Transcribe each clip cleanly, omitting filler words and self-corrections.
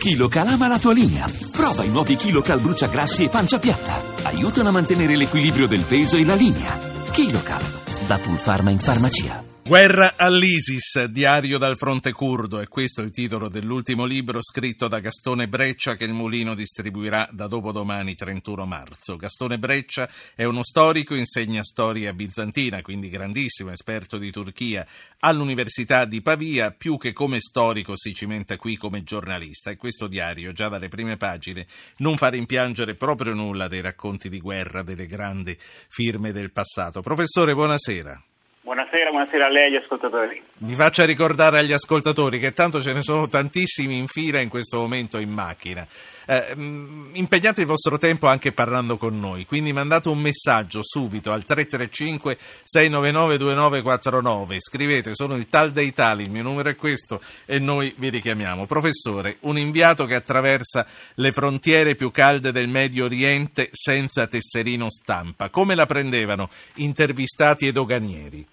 KiloCal ama la tua linea. Prova i nuovi KiloCal bruciagrassi e pancia piatta. Aiutano a mantenere l'equilibrio del peso e la linea. KiloCal, da Pulpharma in farmacia. Guerra all'ISIS, diario dal fronte curdo, e questo è il titolo dell'ultimo libro scritto da Gastone Breccia che il Mulino distribuirà da dopodomani 31 marzo. Gastone Breccia è uno storico, insegna storia bizantina, quindi grandissimo esperto di Turchia, all'Università di Pavia. Più che come storico si cimenta qui come giornalista, e questo diario, già dalle prime pagine, non fa rimpiangere proprio nulla dei racconti di guerra delle grandi firme del passato. Professore, buonasera. Buonasera a lei e agli ascoltatori. Mi faccia ricordare agli ascoltatori che tanto ce ne sono tantissimi in fila in questo momento in macchina. Impegnate il vostro tempo anche parlando con noi, quindi mandate un messaggio subito al 335-699-2949. Scrivete: sono il tal dei tali, il mio numero è questo, e noi vi richiamiamo. Professore, un inviato che attraversa le frontiere più calde del Medio Oriente senza tesserino stampa, come la prendevano intervistati e doganieri?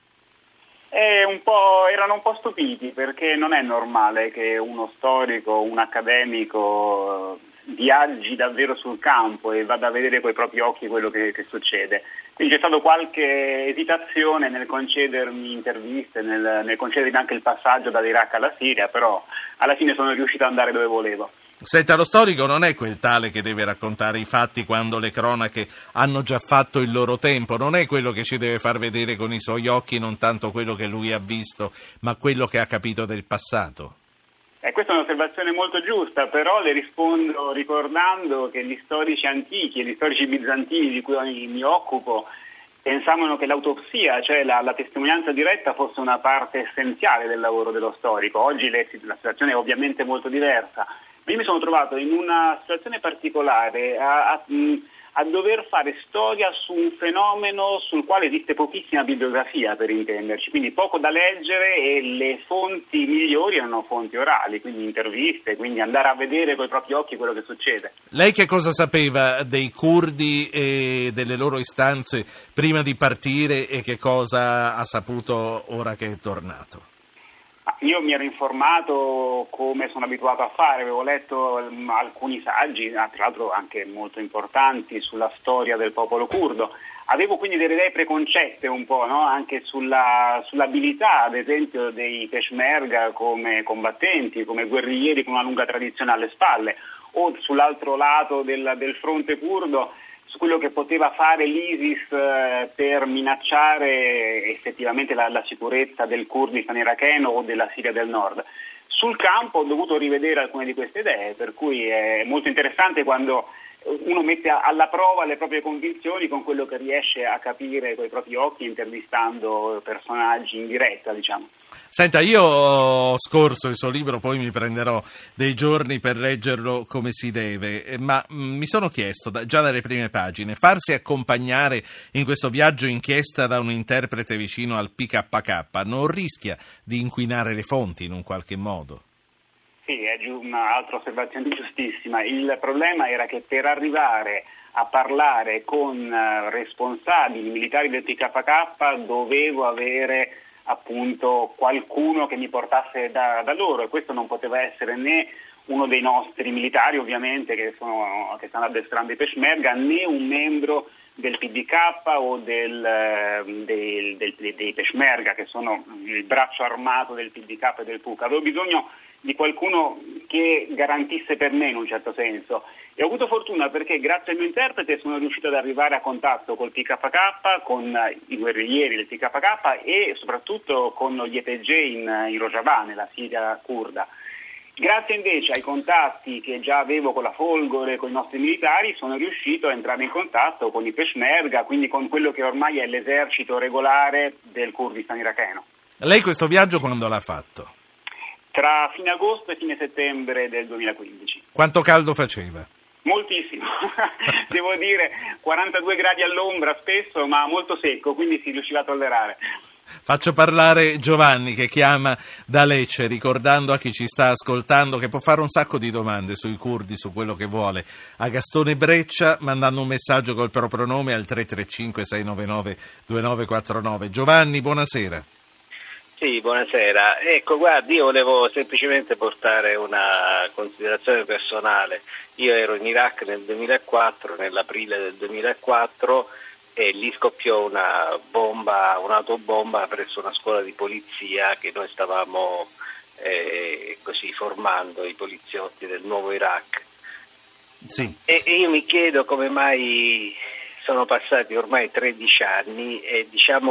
Erano un po' stupiti, perché non è normale che uno storico, un accademico viaggi davvero sul campo e vada a vedere coi propri occhi quello che succede. Quindi c'è stata qualche esitazione nel concedermi interviste, nel concedermi anche il passaggio dall'Iraq alla Siria, però alla fine sono riuscito ad andare dove volevo. Senta, lo storico non è quel tale che deve raccontare i fatti quando le cronache hanno già fatto il loro tempo, non è quello che ci deve far vedere con i suoi occhi non tanto quello che lui ha visto, ma quello che ha capito del passato. Questa è un'osservazione molto giusta, però le rispondo ricordando che gli storici antichi e gli storici bizantini di cui mi occupo pensavano che l'autopsia, cioè la testimonianza diretta, fosse una parte essenziale del lavoro dello storico. Oggi la situazione è ovviamente molto diversa. Io mi sono trovato in una situazione particolare a dover fare storia su un fenomeno sul quale esiste pochissima bibliografia, per intenderci, quindi poco da leggere, e le fonti migliori erano fonti orali, quindi interviste, quindi andare a vedere coi propri occhi quello che succede. Lei che cosa sapeva dei curdi e delle loro istanze prima di partire, e che cosa ha saputo ora che è tornato? Io mi ero informato come sono abituato a fare, avevo letto alcuni saggi, tra l'altro anche molto importanti, sulla storia del popolo curdo. Avevo quindi delle idee preconcette un po', no? Anche sull'abilità, ad esempio, dei Peshmerga come combattenti, come guerriglieri con una lunga tradizione alle spalle, o sull'altro lato del fronte curdo, su quello che poteva fare l'ISIS per minacciare effettivamente la sicurezza del Kurdistan iracheno o della Siria del Nord. Sul campo ho dovuto rivedere alcune di queste idee, per cui è molto interessante quando uno mette alla prova le proprie convinzioni con quello che riesce a capire coi propri occhi intervistando personaggi in diretta, diciamo. Senta, io ho scorso il suo libro, poi mi prenderò dei giorni per leggerlo come si deve, ma mi sono chiesto, già dalle prime pagine, farsi accompagnare in questo viaggio inchiesta da un interprete vicino al PKK non rischia di inquinare le fonti in un qualche modo? Sì, è un'altra osservazione giustissima. Il problema era che per arrivare a parlare con responsabili militari del PKK dovevo avere appunto qualcuno che mi portasse da loro, e questo non poteva essere né uno dei nostri militari, ovviamente, che stanno addestrando i Peshmerga, né un membro del PDK o dei Peshmerga, che sono il braccio armato del PDK e del PUK. Avevo bisogno di qualcuno che garantisse per me in un certo senso, e ho avuto fortuna perché grazie al mio interprete sono riuscito ad arrivare a contatto col PKK, con i guerriglieri del PKK e soprattutto con gli YPG in Rojava, nella Siria curda. Grazie invece ai contatti che già avevo con la Folgore, con i nostri militari, sono riuscito a entrare in contatto con i Peshmerga, quindi con quello che ormai è l'esercito regolare del Kurdistan iracheno. Lei questo viaggio quando l'ha fatto? Tra fine agosto e fine settembre del 2015. Quanto caldo faceva? Moltissimo, devo dire 42 gradi all'ombra spesso, ma molto secco, quindi si riusciva a tollerare. Faccio parlare Giovanni, che chiama da Lecce, ricordando a chi ci sta ascoltando che può fare un sacco di domande sui curdi, su quello che vuole, a Gastone Breccia, mandando un messaggio col proprio nome al 335-699-2949. Giovanni, buonasera. Sì, buonasera. Ecco, guardi, io volevo semplicemente portare una considerazione personale. Io ero in Iraq nel 2004, nell'aprile del 2004, e lì scoppiò una bomba, un'autobomba presso una scuola di polizia che noi stavamo così formando, i poliziotti del nuovo Iraq. Sì. E io mi chiedo come mai sono passati ormai 13 anni e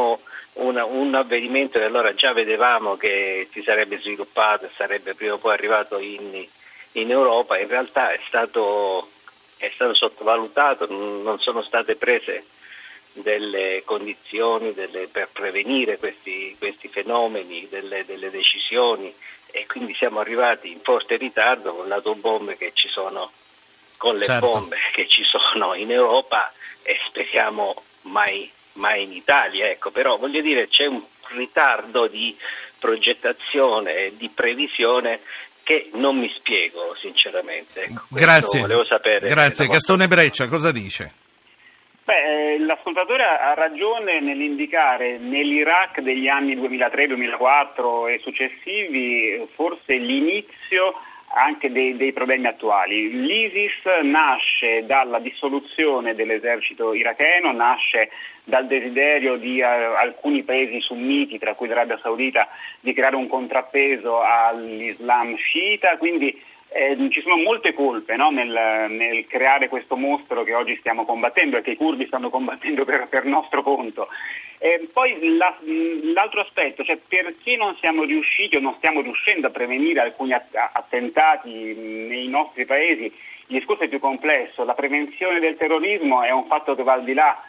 un avvenimento che allora già vedevamo che si sarebbe sviluppato e sarebbe prima o poi arrivato in Europa, in realtà è stato sottovalutato, non sono state prese delle condizioni per prevenire questi fenomeni, delle decisioni, e quindi siamo arrivati in forte ritardo con le autobombe che ci sono, con le bombe che ci sono in Europa, e speriamo mai in Italia, ecco. Però voglio dire, c'è un ritardo di progettazione e di previsione che non mi spiego sinceramente. Ecco, grazie. Volevo sapere. Grazie. Gastone Breccia, cosa dice? L'ascoltatore ha ragione nell'indicare nell'Iraq degli anni 2003, 2004 e successivi forse l'inizio anche dei problemi attuali. L'ISIS nasce dalla dissoluzione dell'esercito iracheno, nasce dal desiderio di alcuni paesi sunniti, tra cui l'Arabia Saudita, di creare un contrappeso all'Islam sciita, quindi ci sono molte colpe, no, nel creare questo mostro che oggi stiamo combattendo e che i curdi stanno combattendo per nostro conto. Poi l'altro aspetto, cioè perché non siamo riusciti o non stiamo riuscendo a prevenire alcuni attentati nei nostri paesi, il discorso è più complesso. La prevenzione del terrorismo è un fatto che va al di là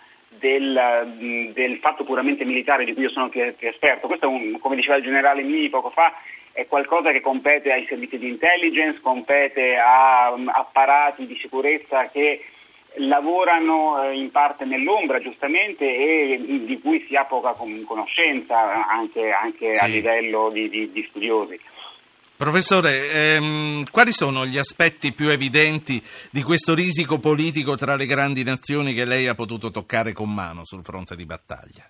del fatto puramente militare di cui io sono più esperto. Questo come diceva il generale Mini poco fa, è qualcosa che compete ai servizi di intelligence, compete a apparati di sicurezza che lavorano in parte nell'ombra, giustamente, e di cui si ha poca conoscenza anche a livello di studiosi. Professore, quali sono gli aspetti più evidenti di questo risico politico tra le grandi nazioni che lei ha potuto toccare con mano sul fronte di battaglia?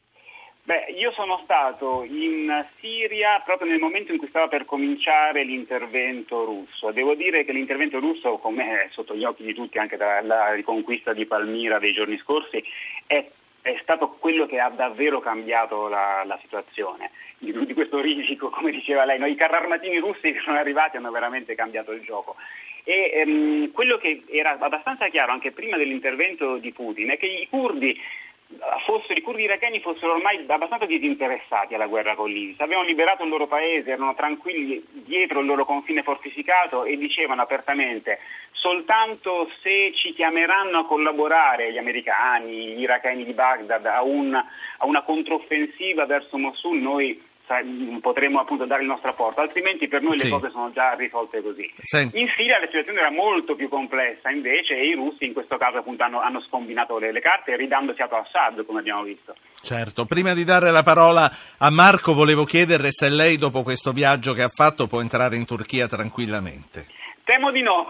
Io sono stato in Siria proprio nel momento in cui stava per cominciare l'intervento russo. Devo dire che l'intervento russo, come è sotto gli occhi di tutti anche dalla riconquista di Palmira dei giorni scorsi, è stato quello che ha davvero cambiato la situazione. Di questo risico, come diceva lei, i carri armatini russi che sono arrivati hanno veramente cambiato il gioco. E quello che era abbastanza chiaro anche prima dell'intervento di Putin è che i curdi iracheni fossero ormai abbastanza disinteressati alla guerra con l'ISIS, avevano liberato il loro paese, erano tranquilli dietro il loro confine fortificato e dicevano apertamente: soltanto se ci chiameranno a collaborare gli americani, gli iracheni di Baghdad a una controffensiva verso Mosul, noi potremo appunto dare il nostro apporto, altrimenti per noi le cose sono già risolte così. In Siria la situazione era molto più complessa invece, e i russi in questo caso appunto hanno scombinato le carte ridandosi a Assad, come abbiamo visto. Certo, prima di dare la parola a Marco volevo chiederle se lei dopo questo viaggio che ha fatto può entrare in Turchia tranquillamente. Temo di no.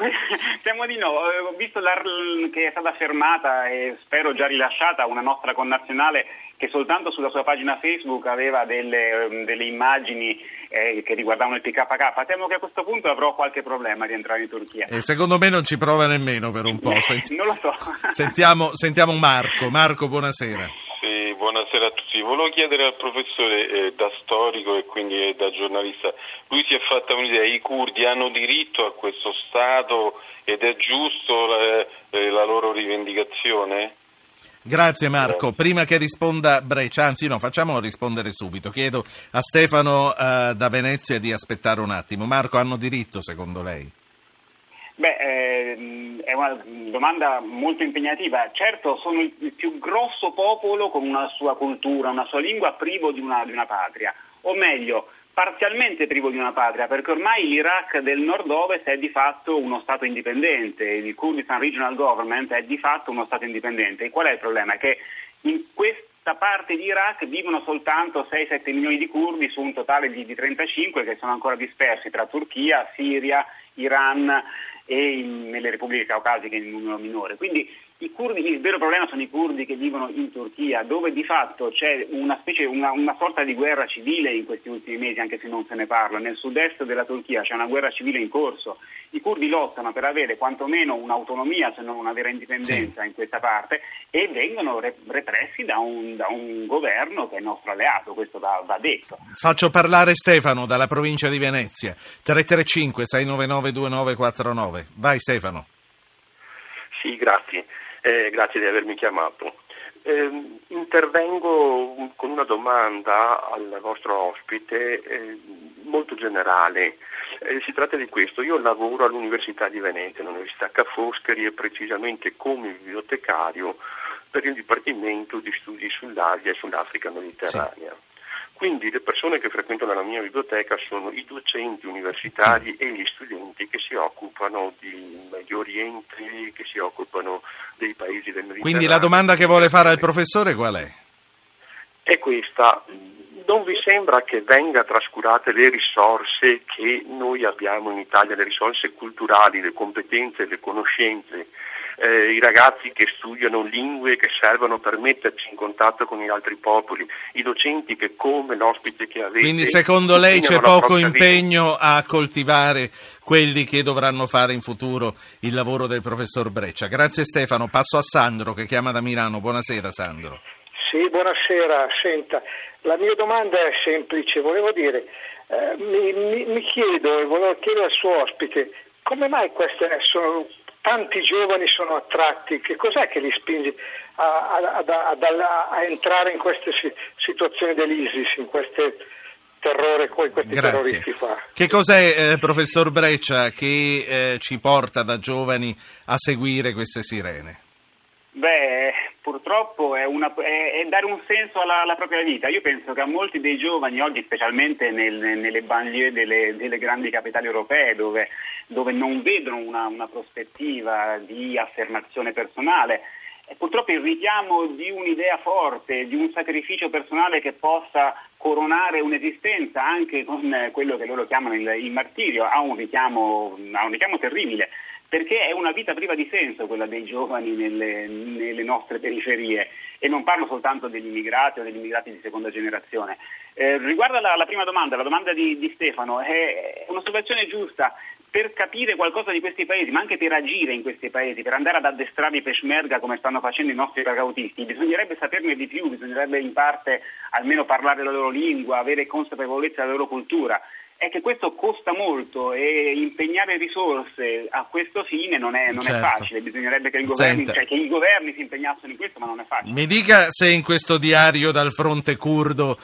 Ho visto che è stata fermata e spero già rilasciata una nostra connazionale che soltanto sulla sua pagina Facebook aveva delle immagini che riguardavano il PKK. Temo che a questo punto avrò qualche problema di entrare in Turchia. E secondo me non ci prova nemmeno per un po'. Non lo so. Sentiamo Marco. Marco, buonasera. Sì, buonasera a tutti. Volevo chiedere al professore, da storico e quindi da giornalista, lui si è fatta un'idea: i curdi hanno diritto a questo Stato ed è giusto la loro rivendicazione? Grazie Marco. Prima che risponda Breccia, anzi no, facciamolo rispondere subito. Chiedo a Stefano da Venezia di aspettare un attimo. Marco, hanno diritto secondo lei? È una domanda molto impegnativa. Certo, sono il più grosso popolo con una sua cultura, una sua lingua, privo di una patria, o meglio, parzialmente privo di una patria, perché ormai l'Iraq del nord-ovest è di fatto uno Stato indipendente, il Kurdistan Regional Government è di fatto uno Stato indipendente. E qual è il problema? È che in questa parte di Iraq vivono soltanto 6-7 milioni di curdi su un totale di 35 che sono ancora dispersi tra Turchia, Siria, Iran e nelle repubbliche caucasiche in numero minore. Quindi I curdi, il vero problema sono i curdi che vivono in Turchia, dove di fatto c'è una sorta di guerra civile in questi ultimi mesi, anche se non se ne parla. Nel sud-est della Turchia c'è una guerra civile in corso. I curdi lottano per avere quantomeno un'autonomia, se non una vera indipendenza in questa parte, e vengono repressi da un governo che è nostro alleato, questo va detto. Faccio parlare Stefano dalla provincia di Venezia, 335-699-2949. Vai Stefano. Sì, grazie. Grazie di avermi chiamato. Intervengo con una domanda al vostro ospite molto generale. Si tratta di questo: io lavoro all'Università di Venezia, all'Università Ca' Foscari, e precisamente come bibliotecario per il Dipartimento di Studi sull'Asia e sull'Africa Mediterranea. Sì. Quindi le persone che frequentano la mia biblioteca sono i docenti universitari e gli studenti che si occupano di Medio Oriente, che si occupano dei paesi del Mediterraneo. Quindi la domanda che vuole fare al professore qual è? È questa: non vi sembra che venga trascurate le risorse che noi abbiamo in Italia, le risorse culturali, le competenze, le conoscenze, i ragazzi che studiano lingue che servono per metterci in contatto con gli altri popoli, i docenti che, come l'ospite che avete... Quindi secondo lei c'è poco impegno a coltivare quelli che dovranno fare in futuro il lavoro del professor Breccia. Grazie Stefano, passo a Sandro che chiama da Milano. Buonasera Sandro. Sì, buonasera. Senta, la mia domanda è semplice, volevo dire, mi chiedo e volevo chiedere al suo ospite, come mai tanti giovani sono attratti, che cos'è che li spinge a entrare in queste situazioni dell'ISIS, in queste terroristi fa? Che cos'è, professor Breccia, che ci porta da giovani a seguire queste sirene? Beh, purtroppo è dare un senso alla propria vita. Io penso che a molti dei giovani oggi, specialmente nelle banlieue delle grandi capitali europee, dove non vedono una prospettiva di affermazione personale, purtroppo il richiamo di un'idea forte, di un sacrificio personale che possa coronare un'esistenza anche con quello che loro chiamano il martirio, ha un richiamo terribile. Perché è una vita priva di senso quella dei giovani nelle nostre periferie, e non parlo soltanto degli immigrati o degli immigrati di seconda generazione. Riguardo alla prima domanda, la domanda di Stefano, è un'osservazione giusta. Per capire qualcosa di questi paesi, ma anche per agire in questi paesi, per andare ad addestrare i peshmerga come stanno facendo i nostri paracautisti, bisognerebbe saperne di più, bisognerebbe in parte almeno parlare la loro lingua, avere consapevolezza della loro cultura. È che questo costa molto e impegnare risorse a questo fine non è facile. Bisognerebbe che i governi si impegnassero in questo, ma non è facile. Mi dica se in questo diario dal fronte curdo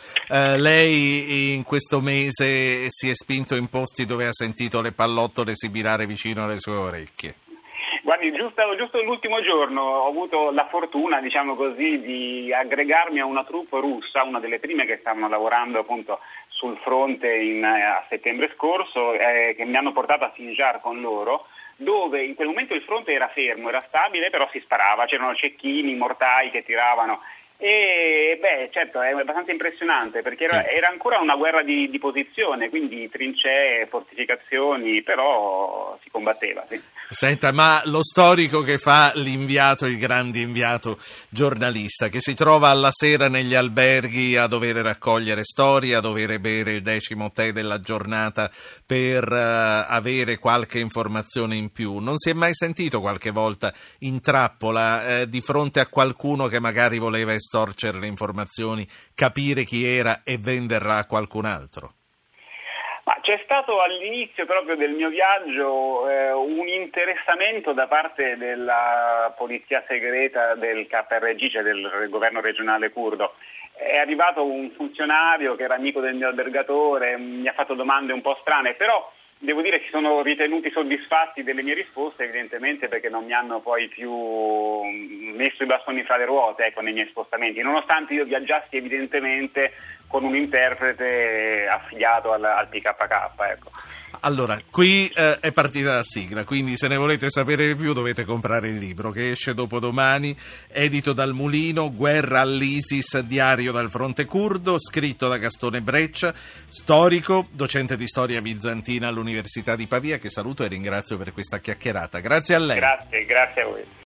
lei in questo mese si è spinto in posti dove ha sentito le pallottole sibilare vicino alle sue orecchie. Guardi, giusto l'ultimo giorno ho avuto la fortuna, diciamo così, di aggregarmi a una troupe russa, una delle prime che stavano lavorando appunto sul fronte a settembre scorso, che mi hanno portato a Sinjar con loro, dove in quel momento il fronte era fermo, era stabile, però si sparava, c'erano cecchini, mortai che tiravano. E certo, è abbastanza impressionante perché era ancora una guerra di posizione, quindi trincee, fortificazioni, però si combatteva. Sì. Senta, ma lo storico che fa l'inviato, il grande inviato giornalista, che si trova alla sera negli alberghi a dover raccogliere storie, a dover bere il 10° tè della giornata per avere qualche informazione in più, non si è mai sentito qualche volta in trappola di fronte a qualcuno che magari voleva estorcere le informazioni, capire chi era e venderla a qualcun altro? Ma c'è stato all'inizio proprio del mio viaggio un interessamento da parte della polizia segreta del KRG, cioè del governo regionale curdo. È arrivato un funzionario che era amico del mio albergatore, mi ha fatto domande un po' strane, però devo dire che si sono ritenuti soddisfatti delle mie risposte, evidentemente, perché non mi hanno poi più messo i bastoni fra le ruote, nei miei spostamenti, nonostante io viaggiassi evidentemente con un interprete affiliato al PKK, ecco. Allora, qui è partita la sigla, quindi se ne volete sapere di più dovete comprare il libro che esce dopodomani, edito dal Mulino, Guerra all'ISIS, diario dal fronte curdo, scritto da Gastone Breccia, storico, docente di storia bizantina all'Università di Pavia, che saluto e ringrazio per questa chiacchierata. Grazie a lei. Grazie a voi.